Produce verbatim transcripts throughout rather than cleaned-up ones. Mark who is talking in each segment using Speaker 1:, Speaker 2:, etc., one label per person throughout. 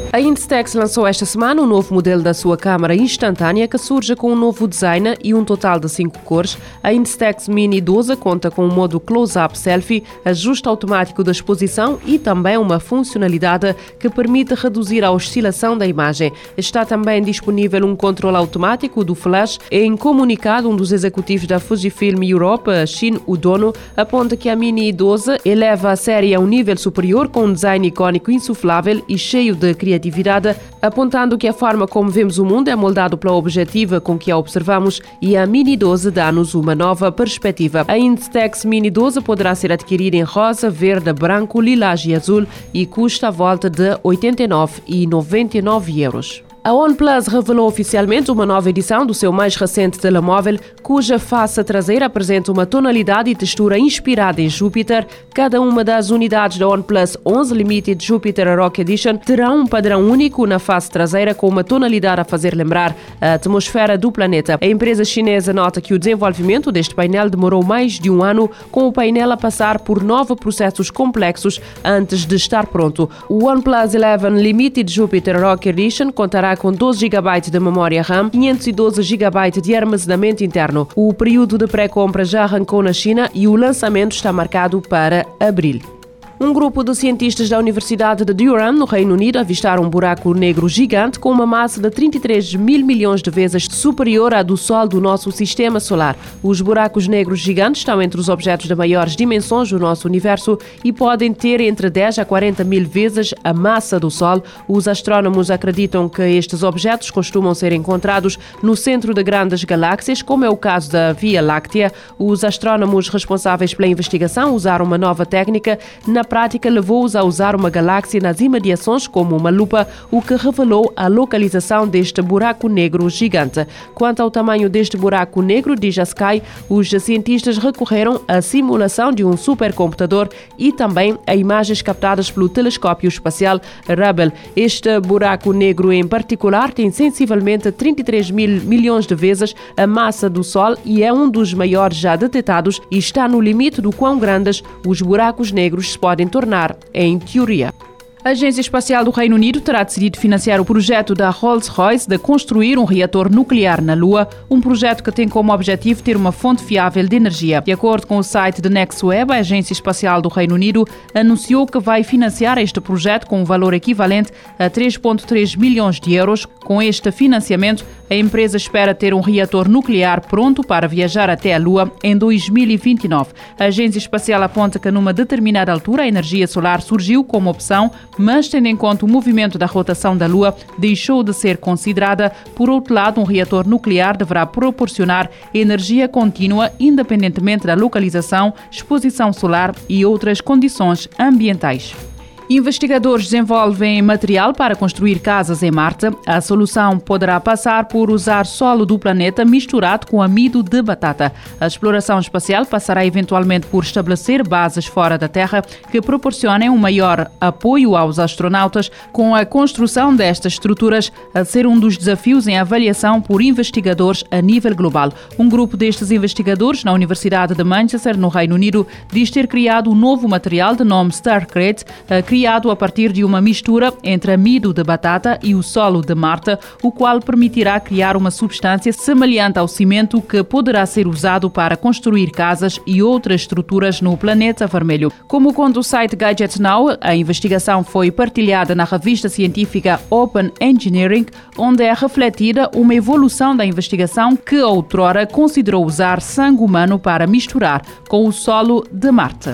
Speaker 1: A Indstex lançou esta semana um novo modelo da sua câmara instantânea que surge com um novo design e um total de cinco cores. A Indstex Mini doze conta com um modo close-up selfie, ajuste automático da exposição e também uma funcionalidade que permite reduzir a oscilação da imagem. Está também disponível um controle automático do flash. Em comunicado, um dos executivos da Fujifilm Europe, Shin Udono, aponta que a Mini doze eleva a série a um nível superior com um design icónico insuflável e cheio de criatividade, apontando que a forma como vemos o mundo é moldado pela objetiva com que a observamos e a Mini doze dá-nos uma nova perspectiva. A Indstex Mini doze poderá ser adquirida em rosa, verde, branco, lilás e azul e custa a volta de oitenta e nove vírgula noventa e nove euros. A OnePlus revelou oficialmente uma nova edição do seu mais recente telemóvel, cuja face traseira apresenta uma tonalidade e textura inspirada em Júpiter. Cada uma das unidades da OnePlus onze Limited Jupiter Rock Edition terá um padrão único na face traseira com uma tonalidade a fazer lembrar a atmosfera do planeta. A empresa chinesa nota que o desenvolvimento deste painel demorou mais de um ano, com o painel a passar por nove processos complexos antes de estar pronto. O OnePlus onze Limited Jupiter Rock Edition contará com doze gigabytes de memória RAM, quinhentos e doze gigabytes de armazenamento interno. O período de pré-compra já arrancou na China e o lançamento está marcado para abril. Um grupo de cientistas da Universidade de Durham, no Reino Unido, avistaram um buraco negro gigante com uma massa de trinta e três mil milhões de vezes superior à do Sol do nosso sistema solar. Os buracos negros gigantes estão entre os objetos de maiores dimensões do nosso universo e podem ter entre dez a quarenta mil vezes a massa do Sol. Os astrónomos acreditam que estes objetos costumam ser encontrados no centro de grandes galáxias, como é o caso da Via Láctea. Os astrónomos responsáveis pela investigação usaram uma nova técnica. Na prática, levou-os a usar uma galáxia nas imediações como uma lupa, o que revelou a localização deste buraco negro gigante. Quanto ao tamanho deste buraco negro, diz a Sky, os cientistas recorreram à simulação de um supercomputador e também a imagens captadas pelo telescópio espacial Hubble. Este buraco negro em particular tem sensivelmente trinta e três mil milhões de vezes a massa do Sol e é um dos maiores já detectados e está no limite do quão grandes os buracos negros se podem tornar, em teoria. A Agência Espacial do Reino Unido terá decidido financiar o projeto da Rolls-Royce de construir um reator nuclear na Lua, um projeto que tem como objetivo ter uma fonte fiável de energia. De acordo com o site de NextWeb, a Agência Espacial do Reino Unido anunciou que vai financiar este projeto com um valor equivalente a três vírgula três milhões de euros. Com este financiamento, a empresa espera ter um reator nuclear pronto para viajar até a Lua em dois mil e vinte e nove. A Agência Espacial aponta que numa determinada altura a energia solar surgiu como opção, mas tendo em conta o movimento da rotação da Lua, deixou de ser considerada. Por outro lado, um reator nuclear deverá proporcionar energia contínua independentemente da localização, exposição solar e outras condições ambientais. Investigadores desenvolvem material para construir casas em Marte. A solução poderá passar por usar solo do planeta misturado com amido de batata. A exploração espacial passará eventualmente por estabelecer bases fora da Terra que proporcionem um maior apoio aos astronautas, com a construção destas estruturas a ser um dos desafios em avaliação por investigadores a nível global. Um grupo destes investigadores na Universidade de Manchester, no Reino Unido, diz ter criado um novo material de nome Starcrete, criado a partir de uma mistura entre amido de batata e o solo de Marte, o qual permitirá criar uma substância semelhante ao cimento que poderá ser usado para construir casas e outras estruturas no planeta vermelho. Como conta o site Gadget Now, a investigação foi partilhada na revista científica Open Engineering, onde é refletida uma evolução da investigação que outrora considerou usar sangue humano para misturar com o solo de Marte.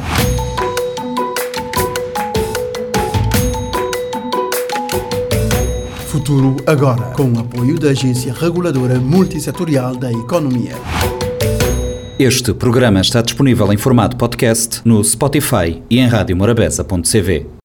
Speaker 2: Futuro agora, com o apoio da Agência Reguladora Multissetorial da Economia.
Speaker 3: Este programa está disponível em formato podcast no Spotify e em rádio morabeza ponto c v.